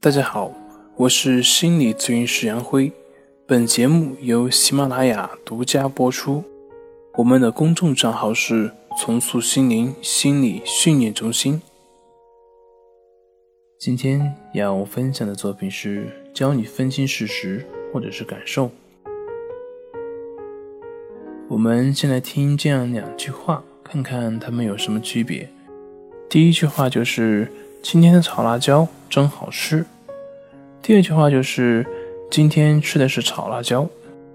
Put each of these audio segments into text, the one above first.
大家好，我是心理咨询师杨辉，本节目由喜马拉雅独家播出。我们的公众账号是重塑心灵心理训练中心。今天要分享的作品是教你分清事实或者是感受。我们先来听这样两句话，看看它们有什么区别。第一句话就是今天的炒辣椒真好吃。第二句话就是今天吃的是炒辣椒。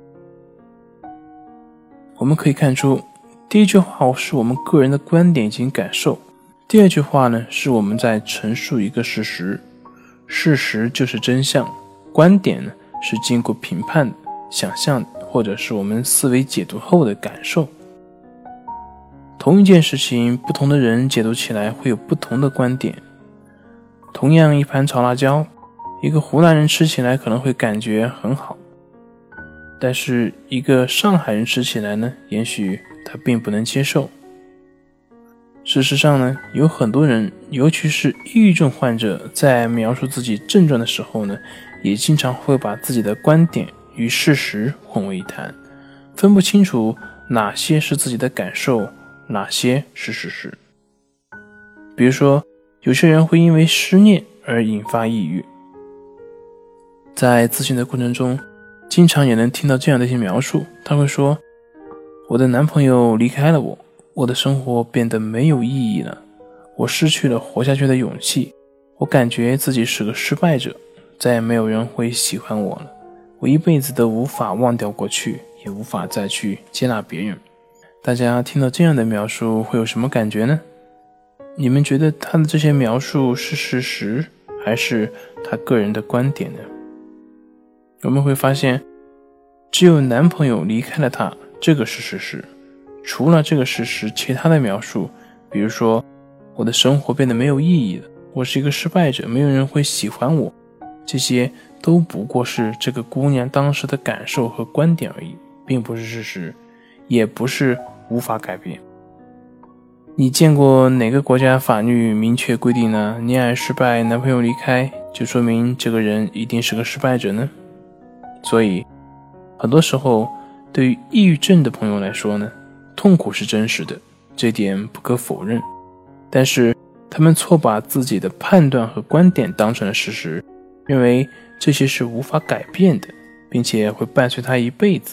我们可以看出，第一句话是我们个人的观点以及感受，第二句话呢是我们在陈述一个事实，事实就是真相，观点呢是经过评判的、想象的，或者是我们思维解读后的感受。同一件事情，不同的人解读起来会有不同的观点。同样一盘炒辣椒，一个湖南人吃起来可能会感觉很好，但是一个上海人吃起来呢，也许他并不能接受。事实上呢，有很多人，尤其是抑郁症患者，在描述自己症状的时候呢，也经常会把自己的观点与事实混为一谈，分不清楚哪些是自己的感受，哪些是事实。比如说，有些人会因为失恋而引发抑郁。在咨询的过程中，经常也能听到这样的一些描述，他会说，我的男朋友离开了我，我的生活变得没有意义了，我失去了活下去的勇气，我感觉自己是个失败者，再也没有人会喜欢我了，我一辈子都无法忘掉过去，也无法再去接纳别人。大家听到这样的描述会有什么感觉呢？你们觉得他的这些描述是事实，还是他个人的观点呢？我们会发现，只有男朋友离开了他，这个是事实。除了这个事实，其他的描述，比如说我的生活变得没有意义了，我是一个失败者，没有人会喜欢我，这些都不过是这个姑娘当时的感受和观点而已，并不是事实，也不是无法改变。你见过哪个国家法律明确规定呢？恋爱失败，男朋友离开，就说明这个人一定是个失败者呢？所以很多时候，对于抑郁症的朋友来说呢，痛苦是真实的，这点不可否认，但是他们错把自己的判断和观点当成了事实，认为这些是无法改变的，并且会伴随他一辈子。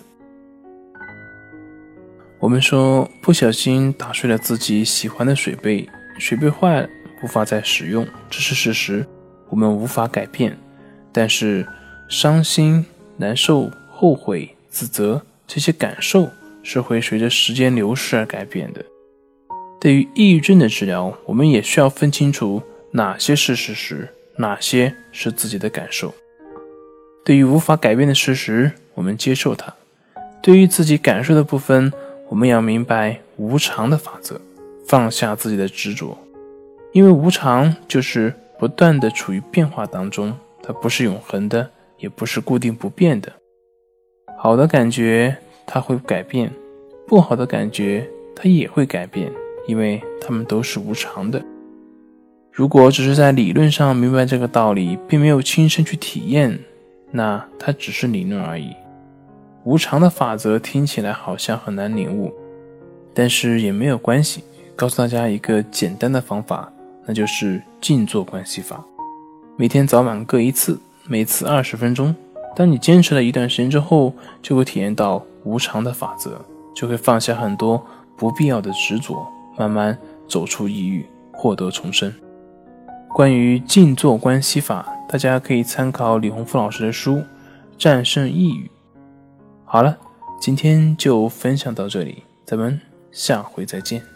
我们说不小心打碎了自己喜欢的水杯，水杯坏了，无法再使用，这是事实，我们无法改变。但是伤心、难受、后悔、自责，这些感受是会随着时间流逝而改变的。对于抑郁症的治疗，我们也需要分清楚哪些是事实，哪些是自己的感受。对于无法改变的事实，我们接受它；对于自己感受的部分，我们要明白无常的法则，放下自己的执着。因为无常就是不断的处于变化当中，它不是永恒的，也不是固定不变的。好的感觉它会改变，不好的感觉它也会改变，因为它们都是无常的。如果只是在理论上明白这个道理，并没有亲身去体验，那它只是理论而已。无常的法则听起来好像很难领悟，但是也没有关系，告诉大家一个简单的方法，那就是静坐观息法。每天早晚各一次，每次20分钟。当你坚持了一段时间之后，就会体验到无常的法则，就会放下很多不必要的执着，慢慢走出抑郁，获得重生。关于静坐观息法，大家可以参考李洪福老师的书《战胜抑郁》。好了，今天就分享到这里，咱们下回再见。